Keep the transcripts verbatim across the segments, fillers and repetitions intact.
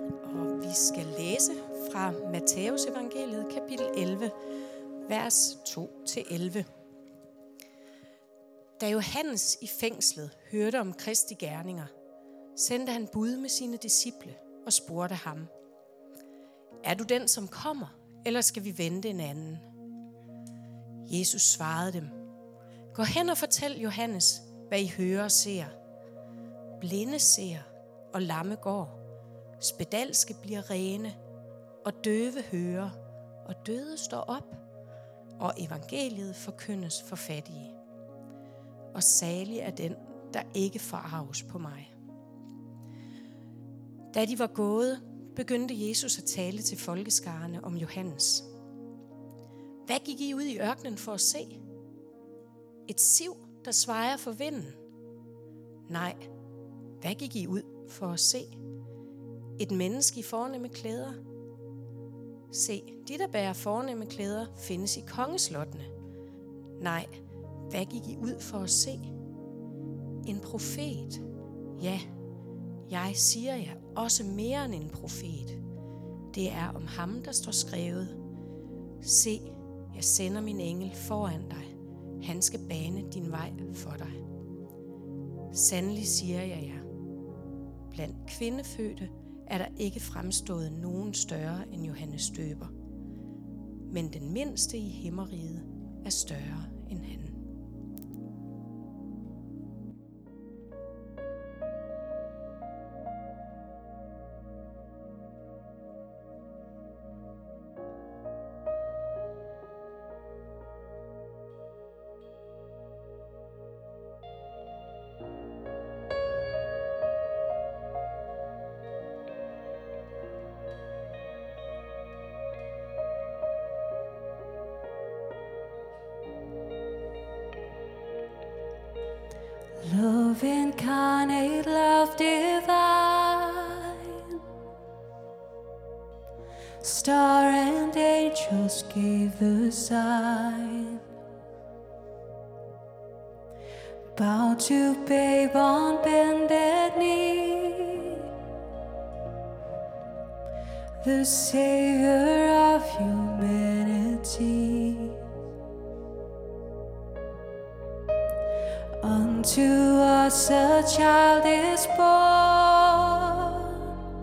Og vi skal læse fra Matthæus evangeliet, kapitel elleve, vers to til elleve. Da Johannes i fængslet hørte om Kristi gerninger, sendte han bud med sine disciple og spurgte ham: Er du den, som kommer, eller skal vi vente en anden? Jesus svarede dem: Gå hen og fortæl Johannes, hvad I hører og ser. Blinde ser, og lamme går. Spedalske bliver rene, og døve hører, og døde står op, og evangeliet forkyndes for fattige. Og salig er den, der ikke forarves på mig. Da de var gået, begyndte Jesus at tale til folkeskarerne om Johannes. Hvad gik I ud i ørkenen for at se? Et siv, der svejer for vinden? Nej, hvad gik I ud for at se? Et menneske i fornemme klæder? Se, de der bærer fornemme klæder findes i kongeslottene. Nej, hvad gik I ud for at se? En profet? Ja, jeg siger jer, også mere end en profet. Det er om ham, der står skrevet: Se, jeg sender min engel foran dig. Han skal bane din vej for dig. Sandelig siger jeg jer, blandt kvindefødte er der ikke fremstået nogen større end Johannes Døber. Men den mindste i himmeriget er større end han. Love incarnate, love divine, star and angels gave the sign. Bow to babe on bended knee, the Savior of humanity. Unto us a child is born,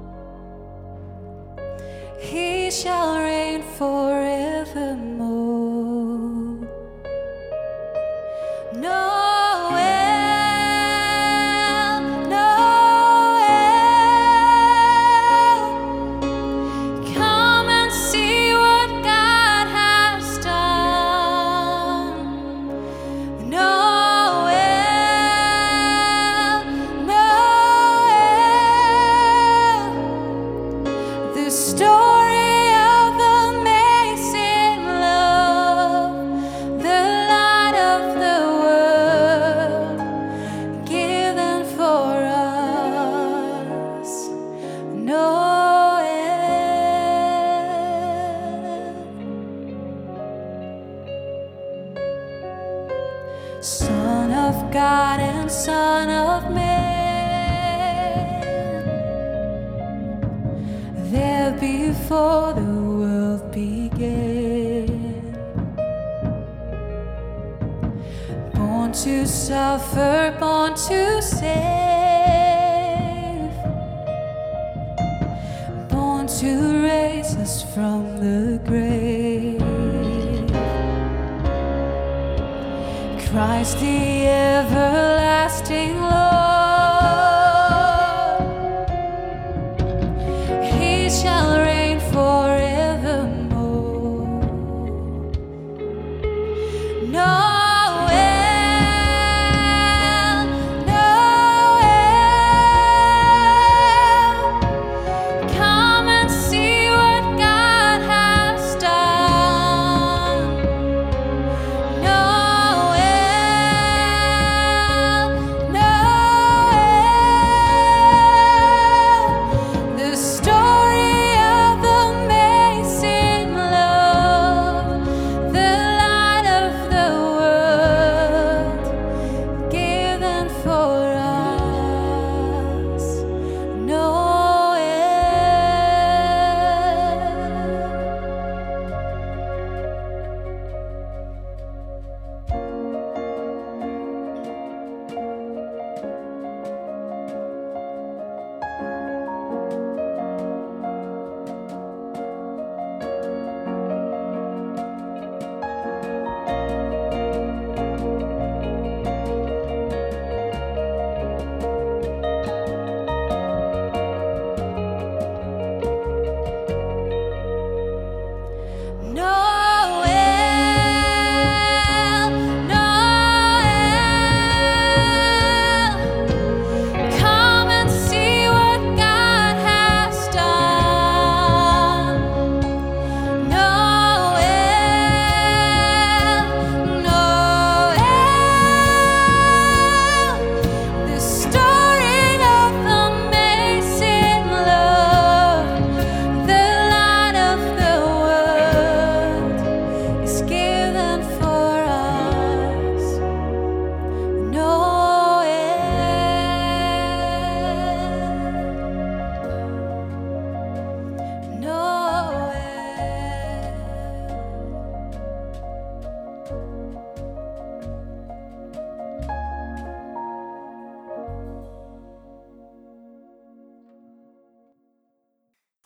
he shall reign forevermore. Noel, Noel, come and see what God has done. Noel, Son of God and Son of Man, there before the world began, born to suffer, born to save, born to raise us from the grave. Christ the everlasting Lord, he shall reign forevermore. Noel, Noel, come and see what God has done. Noel, Noel,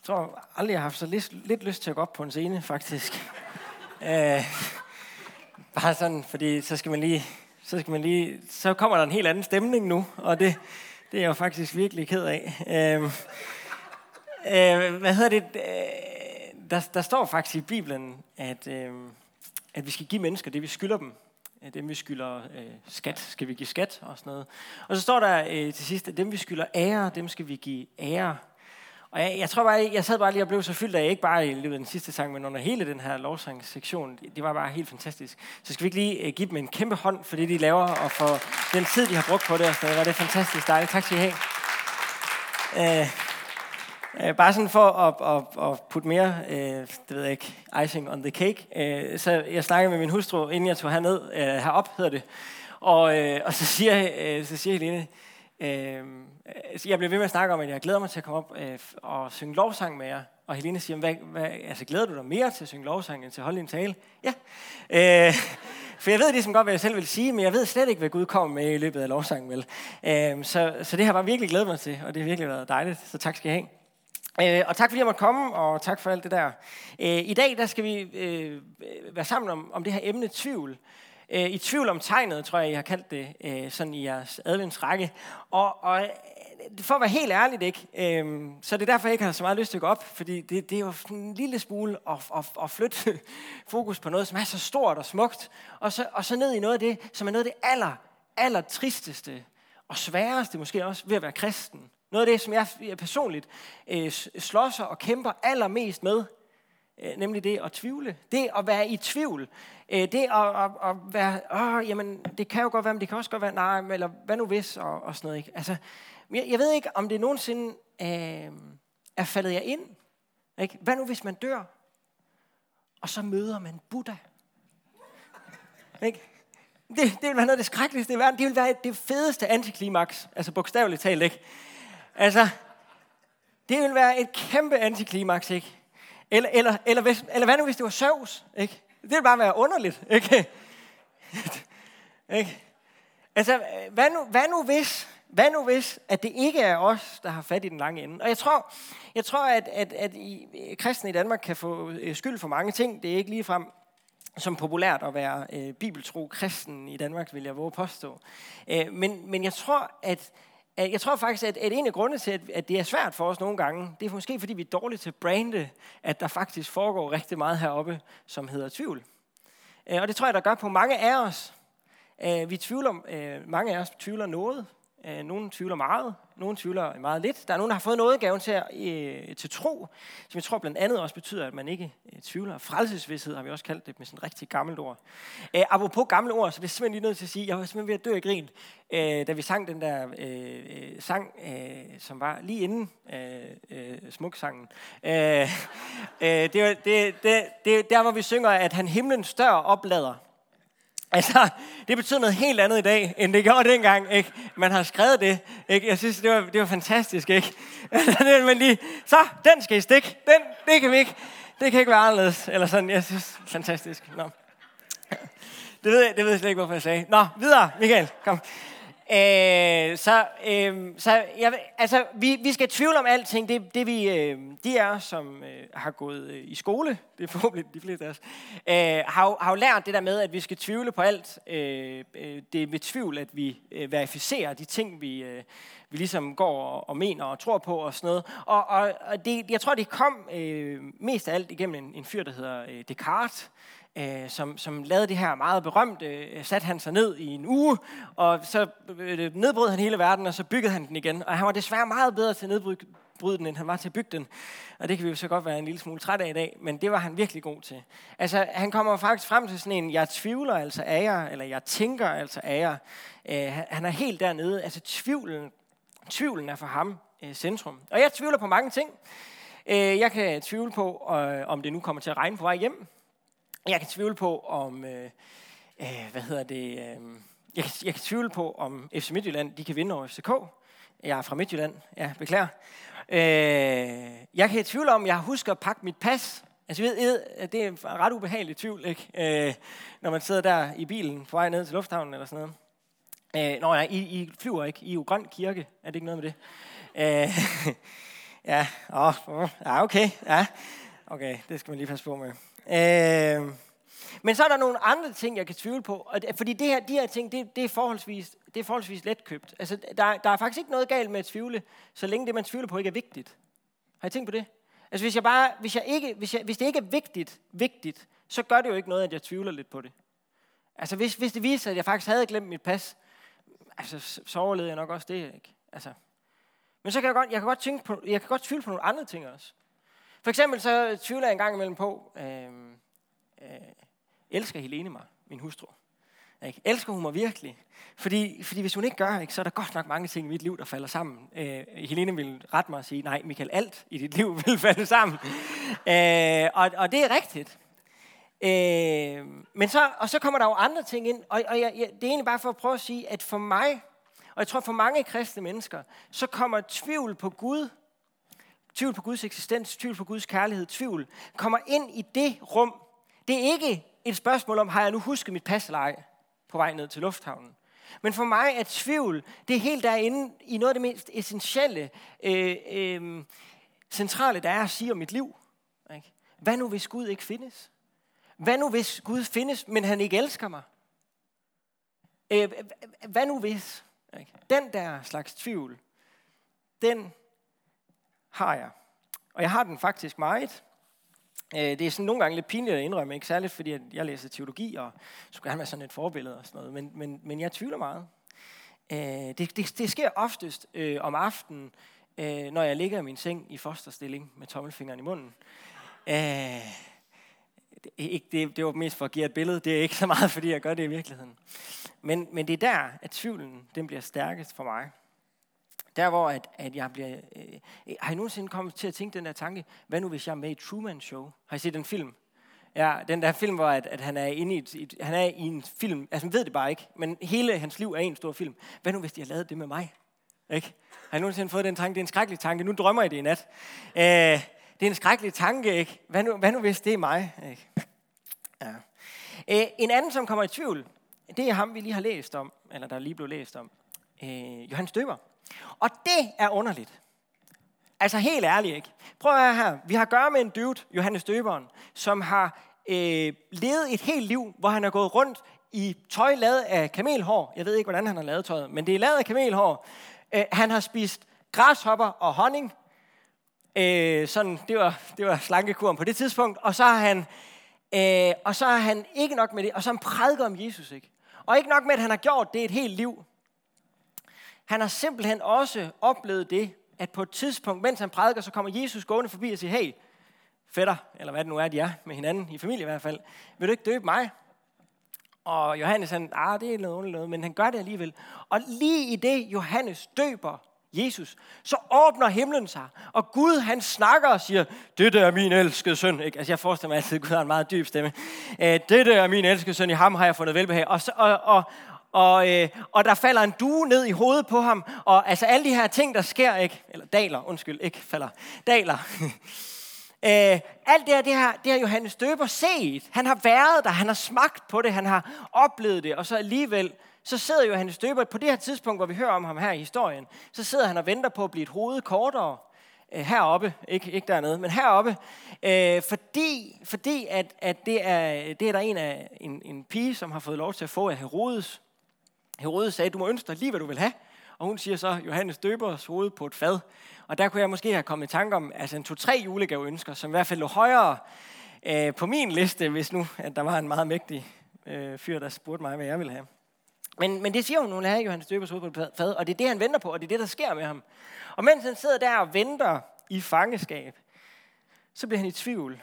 tror aldrig, jeg har haft så lidt, lidt lyst til at gå op på en scene, faktisk. øh, bare sådan, fordi så skal man lige, så skal man lige, så kommer der en helt anden stemning nu, og det, det er jeg jo faktisk virkelig ked af. Øh, øh, hvad hedder det? Øh, der, der står faktisk i Bibelen, at, øh, at vi skal give mennesker det, vi skylder dem. Dem, vi skylder øh, skat, skal vi give skat og sådan noget. Og så står der øh, til sidst, at dem, vi skylder ære, dem skal vi give ære. Og jeg, jeg tror bare, jeg sad bare lige og blev så fyldt af, ikke bare i løbet af den sidste sang, men under hele den her lovsangssektion. Det var bare helt fantastisk. Så skal vi ikke lige uh, give dem en kæmpe hånd for det, de laver, og for den tid, de har brugt på det. Og sådan. Var det fantastisk dejligt. Tak skal I have. Uh, uh, bare sådan for at, at, at putte mere, uh, det ved jeg ikke, icing on the cake. Uh, så jeg snakkede med min hustru, inden jeg tog herned, uh, herop hedder det. Og, uh, og så siger, uh, så siger Helene, Øh, jeg bliver ved med at snakke om, at jeg glæder mig til at komme op øh, og synge lovsang med jer. Og Helene siger, hvad, hvad, altså, glæder du dig mere til at synge lovsang, end til at holde en tale? Ja. Øh, for jeg ved ligesom godt, hvad jeg selv vil sige, men jeg ved slet ikke, hvad Gud kommer med i løbet af lovsangen. Vel? Øh, så, så det har jeg bare virkelig glædet mig til, og det har virkelig været dejligt. Så tak skal I have. Øh, og tak fordi jeg måtte komme, og tak for alt det der. Øh, I dag der skal vi øh, være sammen om, om det her emne tvivl. I tvivl om tegnet, tror jeg, I har kaldt det, sådan i jeres adventsrække. Og, og for at være helt ærligt, ikke, så det er derfor, jeg ikke har så meget lyst til at gå op, fordi det, det er jo en lille smule at, at, at flytte fokus på noget, som er så stort og smukt, og så, og så ned i noget af det, som er noget af det aller, aller tristeste og sværeste måske også ved at være kristen. Noget af det, som jeg personligt slås og kæmper allermest med, nemlig det at tvivle. Det at være i tvivl. Det at, at, at være, åh, jamen, det kan jo godt være, men det kan også godt være, nej, eller hvad nu hvis, og, og sådan noget. Ikke? Altså, jeg, jeg ved ikke, om det nogensinde øh, er faldet jer ind. Ikke? Hvad nu hvis man dør, og så møder man Buddha? Ikke? Det, det vil være noget af det skrækkeligste i verden. Det vil være det fedeste antiklimaks, altså bogstaveligt talt, ikke? Altså, det vil være et kæmpe antiklimaks, ikke? Eller, eller, eller, hvis, eller hvad nu, hvis det var Zeus, ikke? Det ville bare være underligt, ikke? Ikke? Altså, hvad nu, hvad nu hvis, hvad nu hvis, at det ikke er os, der har fat i den lange ende? Og jeg tror, jeg tror at, at, at I, kristne i Danmark kan få skyld for mange ting. Det er ikke ligefrem som populært at være øh, bibeltro kristen i Danmark, vil jeg våge påstå. Øh, men, men jeg tror, at Jeg tror faktisk, at, at en af grundene til, at, at det er svært for os nogle gange, det er måske, fordi vi er dårlige til at brande, at der faktisk foregår rigtig meget heroppe, som hedder tvivl. Øh, og det tror jeg, der gør på mange af os. Øh, vi tvivler, øh, mange af os tvivler noget. Øh, nogle tvivler meget, nogle tvivler meget lidt. Der er nogen, der har fået nådegaven til, øh, til tro, som jeg tror blandt andet også betyder, at man ikke øh, tvivler. Frelsesvidshed har vi også kaldt det med sådan et rigtig gammelt ord. Øh, apropos gamle ord, så det er simpelthen lige nødt til at sige, jeg var simpelthen ved at dø af grin, øh, da vi sang den der øh, sang, øh, som var lige inden øh, øh, smuksangen. Øh, øh, det, var, det, det, det, der hvor vi synger, at han himlens dør oplader. Altså, det betyder noget helt andet i dag, end det gjorde dengang, ikke? Man har skrevet det, ikke? Jeg synes, det var, det var fantastisk, ikke? Men lige, så, den skal I stikke. Den, det kan vi ikke. Det kan ikke være anderledes. Eller sådan, jeg synes, fantastisk. Nå. Det ved jeg, det ved jeg slet ikke, hvorfor jeg sagde. Nå, videre, Michael, kom. Øh, så, øh, så jeg, altså, vi, vi skal tvivle om alting. Det, det vi, øh, de er, som øh, har gået øh, i skole, det er forhåbentlig de fleste af os, øh, har, har jo lært det der med, at vi skal tvivle på alt. Øh, det er med tvivl, at vi øh, verificerer de ting, vi, øh, vi ligesom går og, og mener og tror på og sådan noget. Og, og, og det, jeg tror, det kom øh, mest af alt igennem en, en fyr, der hedder øh, Descartes. Øh, som, som lavede det her meget berømte, øh, satte han sig ned i en uge, og så øh, nedbrød han hele verden, og så byggede han den igen. Og han var desværre meget bedre til at nedbryde den, end han var til at bygge den. Og det kan vi jo så godt være en lille smule træt af i dag, men det var han virkelig god til. Altså, han kommer faktisk frem til sådan en, jeg tvivler altså af jer, eller jeg tænker altså af jer. Øh, han er helt dernede. Altså, tvivlen, tvivlen er for ham øh, centrum. Og jeg tvivler på mange ting. Øh, jeg kan tvivle på, øh, om det nu kommer til at regne på vej hjem. Jeg kan tvivle på, om, øh, øh, hvad hedder det, øh, jeg, kan, jeg kan tvivle på, om F C Midtjylland, de kan vinde over F C K. Jeg er fra Midtjylland, ja, beklager. Øh, jeg kan tvivle om, jeg husker at pakke mit pas. Altså, jeg ved, at det er en ret ubehagelig tvivl, ikke? Øh, når man sidder der i bilen på vej ned til lufthavnen eller sådan noget. Øh, nå, nej, I, I flyver ikke. I er jo Grøn Kirke, er det ikke noget med det? Øh, Ja, åh, oh, ja, okay, ja. Okay, det skal man lige passe på med. Øh, men så er der nogle andre ting, jeg kan tvivle på. Og det, fordi det her, de her ting, det, det, er forholdsvis, det er forholdsvis letkøbt. Altså, der, der er faktisk ikke noget galt med at tvivle, så længe det, man tvivler på, ikke er vigtigt. Har I tænkt på det? Altså, hvis, jeg bare, hvis, jeg ikke, hvis, jeg, hvis det ikke er vigtigt, vigtigt, så gør det jo ikke noget, at jeg tvivler lidt på det. Altså, hvis, hvis det viser, at jeg faktisk havde glemt mit pas, altså, så overlevede jeg nok også det, ikke? Altså, men så kan jeg godt, jeg kan godt tænke på, jeg kan godt tvivle på nogle andre ting også. For eksempel så tvivler jeg en gang imellem på, øh, øh, elsker Helene mig, min hustru? Ikke? Elsker hun mig virkelig? Fordi, fordi hvis hun ikke gør, ikke, så er der godt nok mange ting i mit liv, der falder sammen. Øh, Helene vil rette mig og sige, nej Michael, alt i dit liv vil falde sammen. øh, og, og det er rigtigt. Øh, men så, og så kommer der jo andre ting ind, og, og jeg, jeg, det er egentlig bare for at prøve at sige, at for mig, og jeg tror for mange kristne mennesker, så kommer tvivl på Gud, tvivl på Guds eksistens, tvivl på Guds kærlighed, tvivl, kommer ind i det rum. Det er ikke et spørgsmål om, har jeg nu husket mit pas eller ej, på vej ned til lufthavnen. Men for mig er tvivl, det er helt derinde i noget af det mest essentielle, øh, øh, centrale, der er at sige om mit liv. Ikke? Hvad nu, hvis Gud ikke findes? Hvad nu, hvis Gud findes, men han ikke elsker mig? Øh, hvad nu hvis? Ikke? Den der slags tvivl, den har jeg. Og jeg har den faktisk meget. Det er sådan nogle gange lidt pinligt at indrømme, ikke særligt fordi jeg læser teologi og skulle gerne være sådan et forbillede og sådan noget, men, men, men jeg tvivler meget. Det, det, det sker oftest øh, om aftenen, øh, når jeg ligger i min seng i fosterstilling med tommelfingeren i munden. Øh, det, ikke, det, det var mest for at give et billede, det er ikke så meget, fordi jeg gør det i virkeligheden. Men, men det er der, at tvivlen den bliver stærkest for mig. Der hvor at, at jeg bliver... Øh, har I nogensinde kommet til at tænke den der tanke, hvad nu hvis jeg er med i Truman Show? Har I set den film? Ja, den der film, hvor at, at han er inde i, et, et, han er i en film, altså man ved det bare ikke, men hele hans liv er en stor film. Hvad nu hvis de har lavet det med mig? Ikke? Har I nogensinde fået den tanke? Det er en skrækkelig tanke. Nu drømmer jeg det i nat. Øh, det er en skrækkelig tanke, ikke? Hvad nu, hvad nu hvis det er mig? Ikke? Ja. Øh, en anden, som kommer i tvivl, det er ham, vi lige har læst om, eller der lige blev læst om. Øh, Johannes Døber. Og det er underligt. Altså helt ærligt, ikke? Prøv at høre her. Vi har at gøre med en dude, Johannes Døberen, som har øh, levet et helt liv, hvor han er gået rundt i tøj lavet af kamelhår. Jeg ved ikke, hvordan han har lavet tøjet, men det er lavet af kamelhår. Øh, han har spist græshopper og honning. Øh, sådan, det var, det var slankekuren på det tidspunkt. Og så har han, øh, og så har han ikke nok med det, og så har han prædiket om Jesus, ikke? Og ikke nok med, at han har gjort det et helt liv. Han har simpelthen også oplevet det, at på et tidspunkt, mens han prædiker, så kommer Jesus gående forbi og siger, hey, fætter, eller hvad det nu er, de er med hinanden, i familie i hvert fald, vil du ikke døbe mig? Og Johannes, han, ah, det er noget underligt noget, men han gør det alligevel. Og lige i det, Johannes døber Jesus, så åbner himlen sig, og Gud, han snakker og siger, dette er min elskede søn. Ikke? Altså, jeg forestiller mig altid, at Gud har en meget dyb stemme. Dette er min elskede søn, i ham har jeg fundet velbehag. Og, så, og, og Og, øh, og der falder en due ned i hovedet på ham, og altså alle de her ting, der sker, ikke? Eller daler, undskyld, ikke falder, daler. øh, alt det her, det har, det har Johannes Døber set. Han har været der, han har smagt på det, han har oplevet det, og så alligevel, så sidder Johannes Døber, på det her tidspunkt, hvor vi hører om ham her i historien, så sidder han og venter på at blive et hoved kortere, øh, heroppe, ikke, ikke dernede, men heroppe, øh, fordi, fordi at, at det, er, det er der en, af, en, en pige, som har fået lov til at få af Herodes. Herodes sagde, du må ønske dig lige, hvad du vil have. Og hun siger så, Johannes Døbers hoved på et fad. Og der kunne jeg måske have kommet i tanke om, altså en to-tre julegaveønsker, som i hvert fald lå højere øh, på min liste, hvis nu at der var en meget mægtig øh, fyr, der spurgte mig, hvad jeg ville have. Men, men det siger hun, hun vil have Johannes Døbers hoved på et fad, og det er det, han venter på, og det er det, der sker med ham. Og mens han sidder der og venter i fangeskab, så bliver han i tvivl.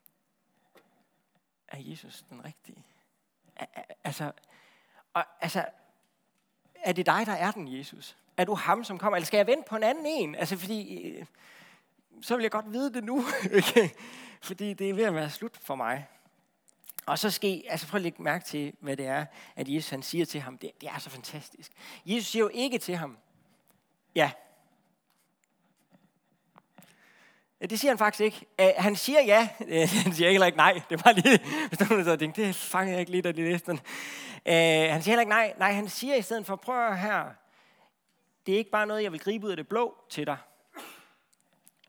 Er Jesus den rigtige? Altså, og, altså er det dig, der er den, Jesus? Er du ham, som kommer? Eller skal jeg vente på en anden en? Altså, fordi øh, så vil jeg godt vide det nu. Okay? Fordi det er ved at være slut for mig. Og så skal altså prøv at lægge mærke til, hvad det er, at Jesus han siger til ham. Det, det er så fantastisk. Jesus siger jo ikke til ham, ja. Det siger han faktisk ikke. Uh, han siger ja. Uh, han siger heller ikke nej. Det var lige, hvis nogen der tænkte, det fanger jeg ikke lige, da de læste den. Uh, han siger heller ikke nej. Nej, han siger i stedet for, prøv her. Det er ikke bare noget, jeg vil gribe ud af det blå til dig.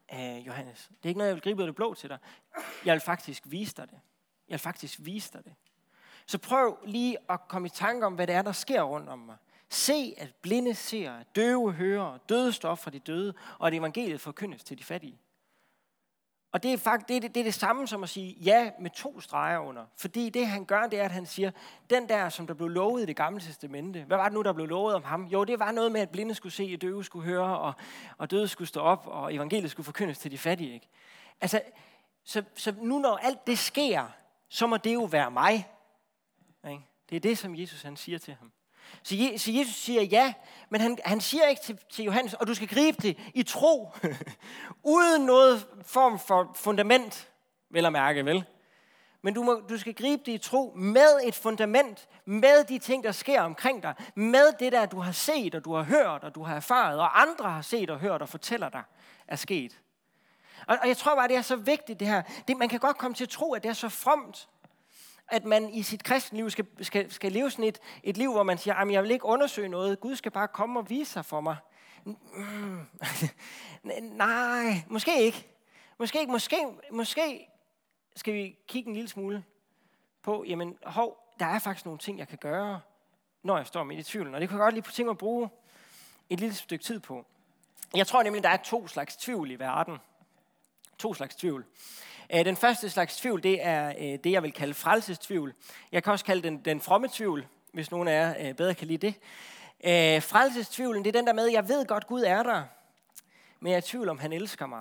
øh, Johannes. Det er ikke noget, jeg vil gribe ud af det blå til dig. Jeg vil faktisk vise dig det. Jeg vil faktisk vise dig det. Så prøv lige at komme i tanke om, hvad det er, der sker rundt om mig. Se, at blinde ser, at døve hører, døde står op fra de døde, og at evangeliet forkyndes til de fattige. Og det er faktisk det, er det, det er det samme som at sige ja med to streger under. Fordi det han gør, det er, at han siger, den der, som der blev lovet i det gamle testamente, hvad var det nu, der blev lovet om ham? Jo, det var noget med, at blinde skulle se, at døve skulle høre, og, og døde skulle stå op, og evangeliet skulle forkyndes til de fattige. Ikke? Altså, så, så nu når alt det sker, så må det jo være mig. Ikke? Det er det, som Jesus han siger til ham. Så, Je, så Jesus siger ja, men han, han siger ikke til, til Johannes, og du skal gribe det i tro, uden noget form for fundament, vel at mærke, vel? Men du, må, du skal gribe det i tro med et fundament, med de ting, der sker omkring dig, med det der, du har set, og du har hørt, og du har erfaret, og andre har set og hørt og fortæller dig, er sket. Og, og jeg tror bare, det er så vigtigt det her. Det, man kan godt komme til at tro, at det er så fromt, at man i sit kristenliv skal, skal, skal leve sådan et, et liv, hvor man siger, at jeg vil ikke undersøge noget. Gud skal bare komme og vise sig for mig. Mm. Nej, måske ikke. Måske ikke. Måske, måske skal vi kigge en lille smule på, jamen, hov, der er faktisk nogle ting, jeg kan gøre, når jeg står midt i tvivlen. Og det kan jeg godt lige tænke mig at bruge et lille stykke tid på. Jeg tror nemlig, der er to slags tvivl i verden. To slags tvivl. Den første slags tvivl, det er det, jeg vil kalde frelsestvivl. Jeg kan også kalde den den fromme tvivl, hvis nogen af jer bedre kan lide det. Frelsestvivlen, det er den der med, jeg ved godt, Gud er der, men jeg er i tvivl om, han elsker mig.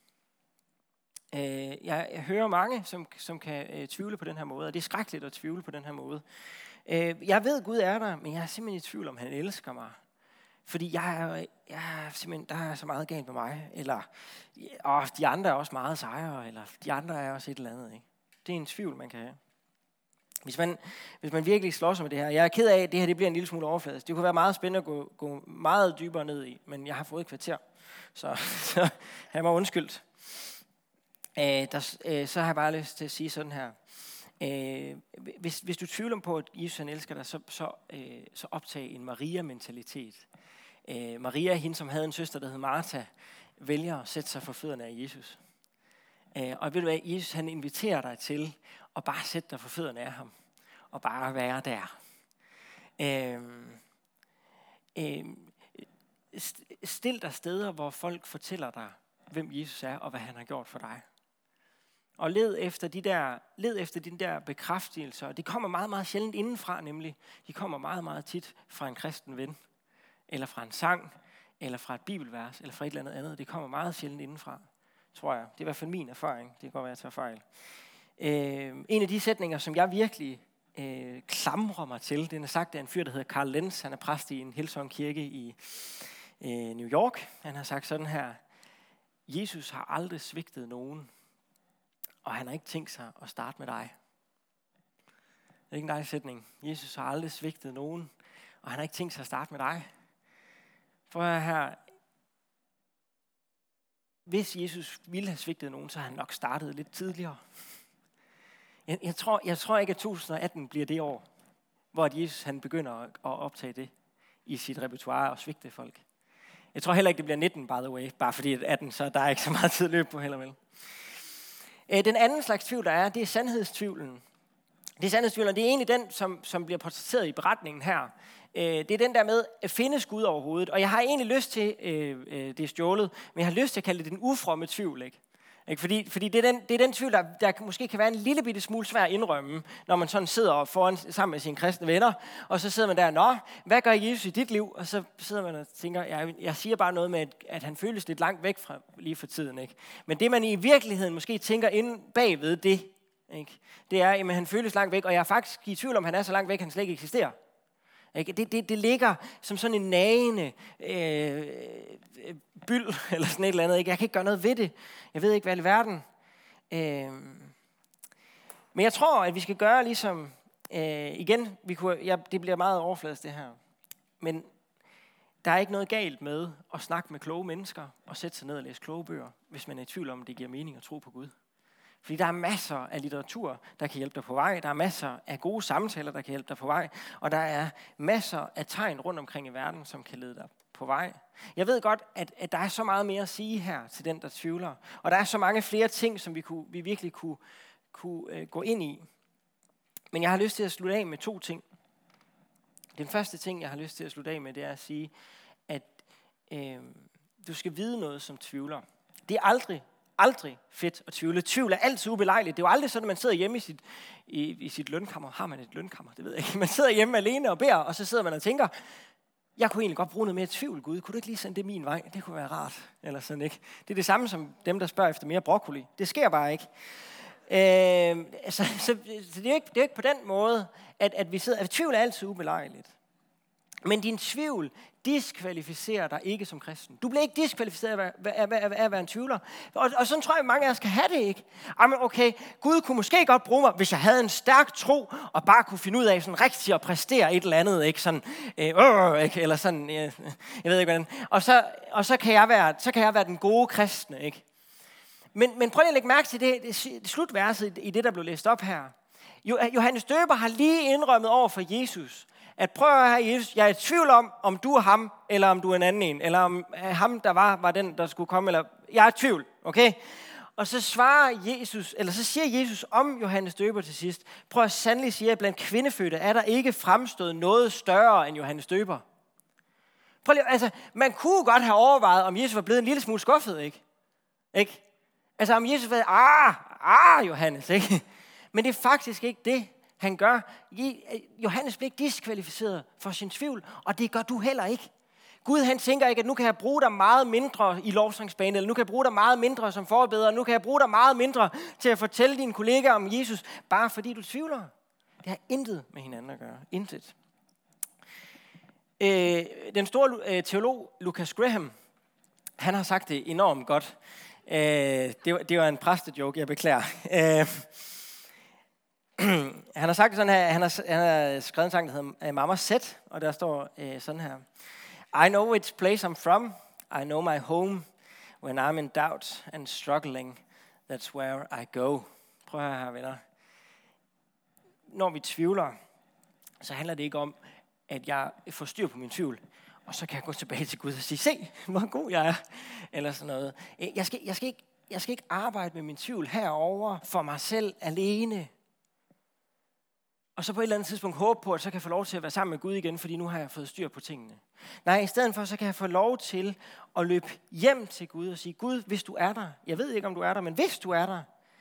Jeg, jeg hører mange, som, som kan tvivle på den her måde, og det er skrækkeligt at tvivle på den her måde. Jeg ved, Gud er der, men jeg er simpelthen i tvivl om, han elsker mig. Fordi jeg er, jeg er simpelthen, der er så meget galt med mig, eller åh, de andre er også meget sejre, eller de andre er også et eller andet. Ikke? Det er en tvivl, man kan have. Hvis man, hvis man virkelig slår sig med det her, jeg er ked af, at det her det bliver en lille smule overfladisk. Det kunne være meget spændende at gå, gå meget dybere ned i, men jeg har fået et kvarter, så, så have mig undskyldt. Æh, der, øh, så har jeg bare lyst til at sige sådan her. Øh, hvis, hvis du tvivler på, at Jesus han elsker dig, så, så, øh, så optag en Maria-mentalitet. Øh, Maria, hende som havde en søster, der hed Martha, vælger at sætte sig for fødderne af Jesus. Øh, og ved du hvad, Jesus han inviterer dig til at bare sætte dig for fødderne af ham, og bare være der. Øh, øh, stil dig steder, hvor folk fortæller dig, hvem Jesus er, og hvad han har gjort for dig. Og led efter de der, led efter de der bekræftelser. De kommer meget, meget sjældent indenfra, nemlig. De kommer meget, meget tit fra en kristen ven, eller fra en sang, eller fra et bibelvers, eller fra et eller andet andet. Det kommer meget sjældent indenfra, tror jeg. Det er i hvert fald min erfaring. Det kan godt være, at jeg tager fejl. Øh, en af de sætninger, som jeg virkelig øh, klamrer mig til, den er sagt af en fyr, der hedder Carl Lenz. Han er præst i en Hillsong kirke i øh, New York. Han har sagt sådan her: Jesus har aldrig svigtet nogen, og han har ikke tænkt sig at starte med dig. Det er ikke en dejlig sætning. Jesus har aldrig svigtet nogen, og han har ikke tænkt sig at starte med dig. For her, hvis Jesus ville have svigtet nogen, så har han nok startet lidt tidligere. Jeg, jeg, tror, jeg tror ikke, at to tusind atten bliver det år, hvor Jesus han begynder at, at optage det i sit repertoire og svigte folk. Jeg tror heller ikke, det bliver nitten, by the way, bare fordi at atten, så der er ikke så meget tid at løbe på heller vel. Den anden slags tvivl, der er, det er sandhedstvivlen. Det er sandhedstvivlen, det er egentlig den, som, som bliver portrætteret i beretningen her. Det er den der med, at findes Gud overhovedet. Og jeg har egentlig lyst til, det er stjålet, men jeg har lyst til at kalde det den ufromme tvivl, ikke? Fordi, fordi det, er den, det er den tvivl, der, der måske kan være en lille bitte smule svær at indrømme, når man sådan sidder foran, sammen med sine kristne venner, og så sidder man der, nå, hvad gør Jesus i dit liv? Og så sidder man og tænker, jeg, jeg siger bare noget med, at, at han føles lidt langt væk fra lige for tiden, ikke? Men det man i virkeligheden måske tænker inde bagved det, ikke? Det er, at han føles langt væk, og jeg er faktisk i tvivl om, han er så langt væk, han slet ikke eksisterer. Det, det, det ligger som sådan en nagende øh, byld, eller sådan et eller andet. Ikke? Jeg kan ikke gøre noget ved det. Jeg ved ikke, hvad i verden. Øh, men jeg tror, at vi skal gøre ligesom, øh, igen, vi kunne, ja, det bliver meget overfladisk det her. Men der er ikke noget galt med at snakke med kloge mennesker, og sætte sig ned og læse kloge bøger, hvis man er i tvivl om, at det giver mening at tro på Gud. Fordi der er masser af litteratur, der kan hjælpe dig på vej. Der er masser af gode samtaler, der kan hjælpe dig på vej. Og der er masser af tegn rundt omkring i verden, som kan lede dig på vej. Jeg ved godt, at, at der er så meget mere at sige her til den, der tvivler. Og der er så mange flere ting, som vi, kunne, vi virkelig kunne, kunne øh, gå ind i. Men jeg har lyst til at slutte af med to ting. Den første ting, jeg har lyst til at slutte af med, det er at sige, at øh, du skal vide noget som tvivler. Det er aldrig, aldrig fedt at tvivle. Tvivl er altid ubelejligt. Det er jo aldrig sådan, at man sidder hjemme i sit, i, i sit lønkammer. Har man et lønkammer? Det ved jeg ikke. Man sidder hjemme alene og beder, og så sidder man og tænker, jeg kunne egentlig godt bruge noget mere tvivl, Gud. Kunne du ikke lige sende det min vej? Det kunne være rart. Eller sådan, ikke? Det er det samme som dem, der spørger efter mere broccoli. Det sker bare ikke. Øh, så, så, så det er jo ikke, det er ikke på den måde, at, at vi sidder... At tvivl er altid ubelejligt. Men din tvivl diskvalificerer dig ikke som kristen. Du bliver ikke diskvalificeret af, af, af, af, af at være en tvivler. Og, og sådan tror jeg, mange af os kan have det, ikke? Jamen okay, Gud kunne måske godt bruge mig, hvis jeg havde en stærk tro, og bare kunne finde ud af sådan rigtigt at præstere et eller andet, ikke? Sådan, øh, øh, ikke? Eller sådan, øh, jeg ved ikke hvordan. Og, så, og så, kan jeg være, så kan jeg være den gode kristne, ikke? Men, men prøv lige at lægge mærke til det, det, det slutverset i det, der blev læst op her. Johannes Døber har lige indrømmet over for Jesus, at prøv at høre, Jesus, jeg er i tvivl om, om du er ham, eller om du er en anden en, eller om ham, der var, var den, der skulle komme, eller jeg er i tvivl, okay? Og så svarer Jesus, eller så siger Jesus om Johannes Døber til sidst, prøv at sandelig sige, at blandt kvindefødte er der ikke fremstået noget større end Johannes Døber. Prøv lige, altså, man kunne godt have overvejet, om Jesus var blevet en lille smule skuffet, ikke? Ikke? Altså, om Jesus var, ah, ah, Johannes, ikke? Men det er faktisk ikke det, han gør. Johannes bliver ikke diskvalificeret for sin tvivl, og det gør du heller ikke. Gud, han tænker ikke, at nu kan jeg bruge dig meget mindre i lovsangsbanen, eller nu kan jeg bruge dig meget mindre som forbeder, nu kan jeg bruge dig meget mindre til at fortælle dine kollegaer om Jesus, bare fordi du tvivler. Det har intet med hinanden at gøre. Intet. Øh, den store øh, teolog Lucas Graham, han har sagt det enormt godt. Øh, det, var, det var en præstejoke, jeg beklager. Øh, Han har sagt sådan her, han har, han har skrevet en sang, der hedder Mama Set, og der står øh, sådan her. I know which place I'm from, I know my home, when I'm in doubt and struggling, that's where I go. Prøv at høre her, venner. Når vi tvivler, så handler det ikke om, at jeg får styr på min tvivl, og så kan jeg gå tilbage til Gud og sige, se, hvor god jeg er, eller sådan noget. Jeg skal, jeg skal, ikke, jeg skal ikke arbejde med min tvivl herover for mig selv alene, og så på et eller andet tidspunkt håbe på, at så kan jeg få lov til at være sammen med Gud igen, fordi nu har jeg fået styr på tingene. Nej, i stedet for, så kan jeg få lov til at løbe hjem til Gud og sige, Gud, hvis du er der, jeg ved ikke, om du er der, men hvis du er der,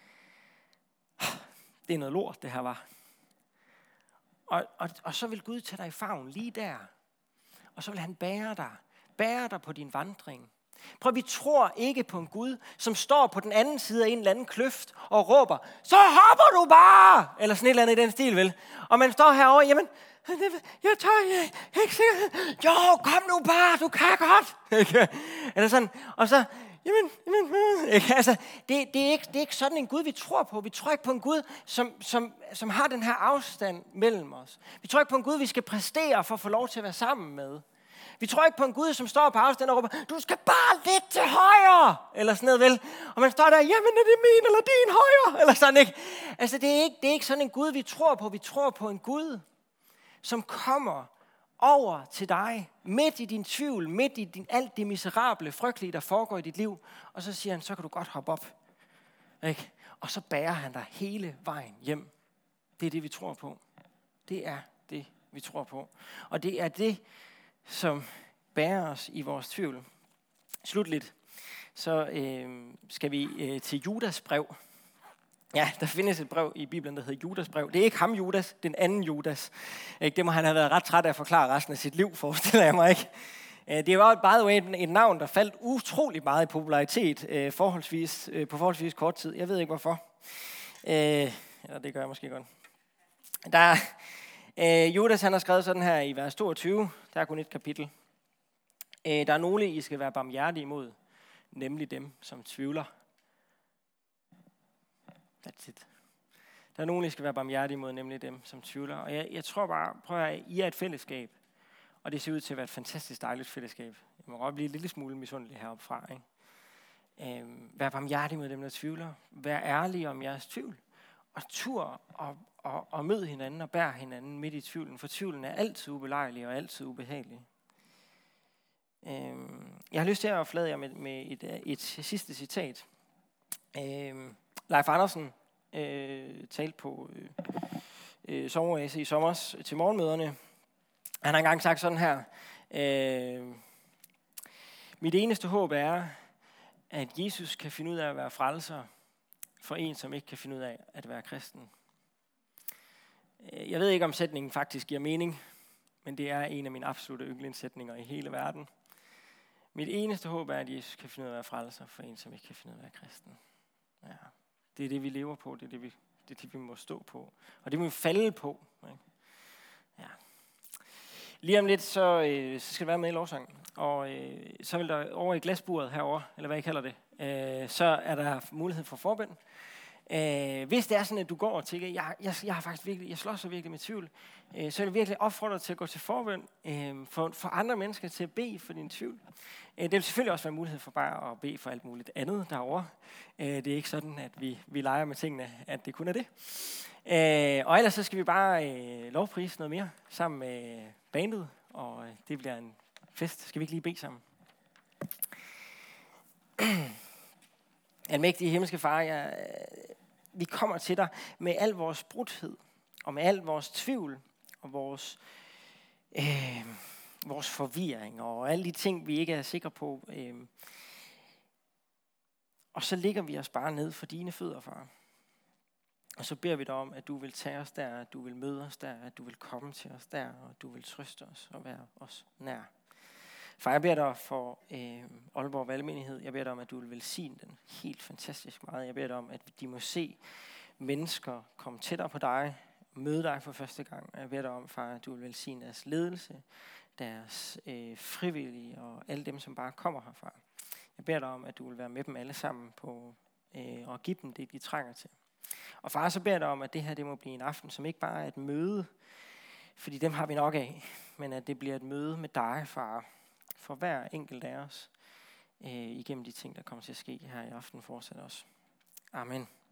det er noget lort, det her var. Og, og, og så vil Gud tage dig i favn lige der, og så vil han bære dig, bære dig på din vandring. Prøv, vi tror ikke på en Gud, som står på den anden side af en eller anden kløft og råber, så hopper du bare! Eller sådan et eller andet i den stil, vel? Og man står herovre, jamen, jeg tør, jeg er ikke sikker. Jo, kom nu bare, du kan godt! Eller sådan, og så, jamen, jamen, ikke? Altså, det, det, er ikke, det er ikke sådan en Gud, vi tror på. Vi tror ikke på en Gud, som, som, som har den her afstand mellem os. Vi tror ikke på en Gud, vi skal præstere for at få lov til at være sammen med. Vi tror ikke på en Gud, som står på afstand og råber, du skal bare lidt til højre, eller sådan noget, vel? Og man står der, jamen er det min eller din højre, eller sådan, ikke? Altså, det er ikke, det er ikke sådan en Gud, vi tror på. Vi tror på en Gud, som kommer over til dig, midt i din tvivl, midt i din, alt det miserable, frygtelige, der foregår i dit liv, og så siger han, så kan du godt hoppe op, ikke? Og så bærer han dig hele vejen hjem. Det er det, vi tror på. Det er det, vi tror på. Og det er det, som bærer os i vores tvivl. Slutligt, så øh, skal vi øh, til Judas brev. Ja, der findes et brev i Bibelen, der hedder Judas brev. Det er ikke ham Judas, det er en anden Judas. Det må han have været ret træt af at forklare resten af sit liv, forestiller jeg mig ikke. Det var by the way et navn, der faldt utrolig meget i popularitet forholdsvis, på forholdsvis kort tid. Jeg ved ikke hvorfor. Ja, det gør jeg måske godt. Der Uh, Judas han har skrevet sådan her i vers toogtyve, der er kun et kapitel. Uh, der er nogle, I skal være barmhjertige imod, nemlig dem, som tvivler. That's it. Der er nogle, I skal være barmhjertige imod, nemlig dem, som tvivler. Og jeg, jeg tror bare, prøv at I er et fællesskab, og det ser ud til at være et fantastisk dejligt fællesskab. Jeg må godt blive en lille smule misundelig heroppe fra. Ikke? Uh, vær barmhjertige imod dem, der tvivler. Vær ærlige om jeres tvivl. Og tur og Og, og mød hinanden og bær hinanden midt i tvivlen, for tvivlen er altid ubelejlig og altid ubehagelig. Øh, jeg har lyst til at flade jer med, med et, et sidste citat. Øh, Leif Andersen øh, talte på øh, øh, sommeroase i sommers til morgenmøderne. Han har engang sagt sådan her: øh, mit eneste håb er, at Jesus kan finde ud af at være frelser for en, som ikke kan finde ud af at være kristen. Jeg ved ikke, om sætningen faktisk giver mening, men det er en af mine absolutte yndlingssætninger i hele verden. Mit eneste håb er, at Jesus kan finde ud af at være frelser for en, som ikke kan finde ud af at være kristen. Ja. Det er det, vi lever på. Det er det, vi, det er det, vi må stå på. Og det må vi falde på. Ikke? Ja. Lige om lidt, så, øh, så skal det være med i lovsangen. Og øh, så vil der over i glasburet herovre, eller hvad jeg kalder det, øh, så er der mulighed for forbøn. Øh, hvis det er sådan, at du går og tænker, jeg, jeg, jeg har faktisk virkelig, jeg slår så virkelig med tvivl, øh, så er det virkelig opfordret til at gå til forbøn, øh, for, for andre mennesker til at bede for din tvivl. Øh, det vil selvfølgelig også være mulighed for bare at bede for alt muligt andet derovre. Øh, det er ikke sådan, at vi, vi leger med tingene, at det kun er det. Øh, og ellers så skal vi bare øh, lovprise noget mere sammen med bandet, og det bliver en fest. Skal vi ikke lige bede sammen? Almægtige himmelske far, jeg, vi kommer til dig med al vores brudhed, og med al vores tvivl, og vores, øh, vores forvirring, og alle de ting, vi ikke er sikre på. Øh. Og så ligger vi os bare ned for dine fødder, far. Og så beder vi dig om, at du vil tage os der, at du vil møde os der, at du vil komme til os der, og at du vil trøste os og være os nær. Far, jeg beder dig for øh, Aalborg Valgmenighed. Jeg beder dig om, at du vil velsigne den helt fantastisk meget. Jeg beder dig om, at de må se mennesker komme tættere på dig, møde dig for første gang. Og jeg beder dig om, far, at du vil velsigne deres ledelse, deres øh, frivillige og alle dem, som bare kommer herfra. Jeg beder dig om, at du vil være med dem alle sammen på, øh, og give dem det, de trænger til. Og far, så beder jeg dig om, at det her det må blive en aften, som ikke bare er et møde, fordi dem har vi nok af, men at det bliver et møde med dig, far, for hver enkelt af os, øh, igennem de ting, der kommer til at ske her i aften fortsat også. Amen.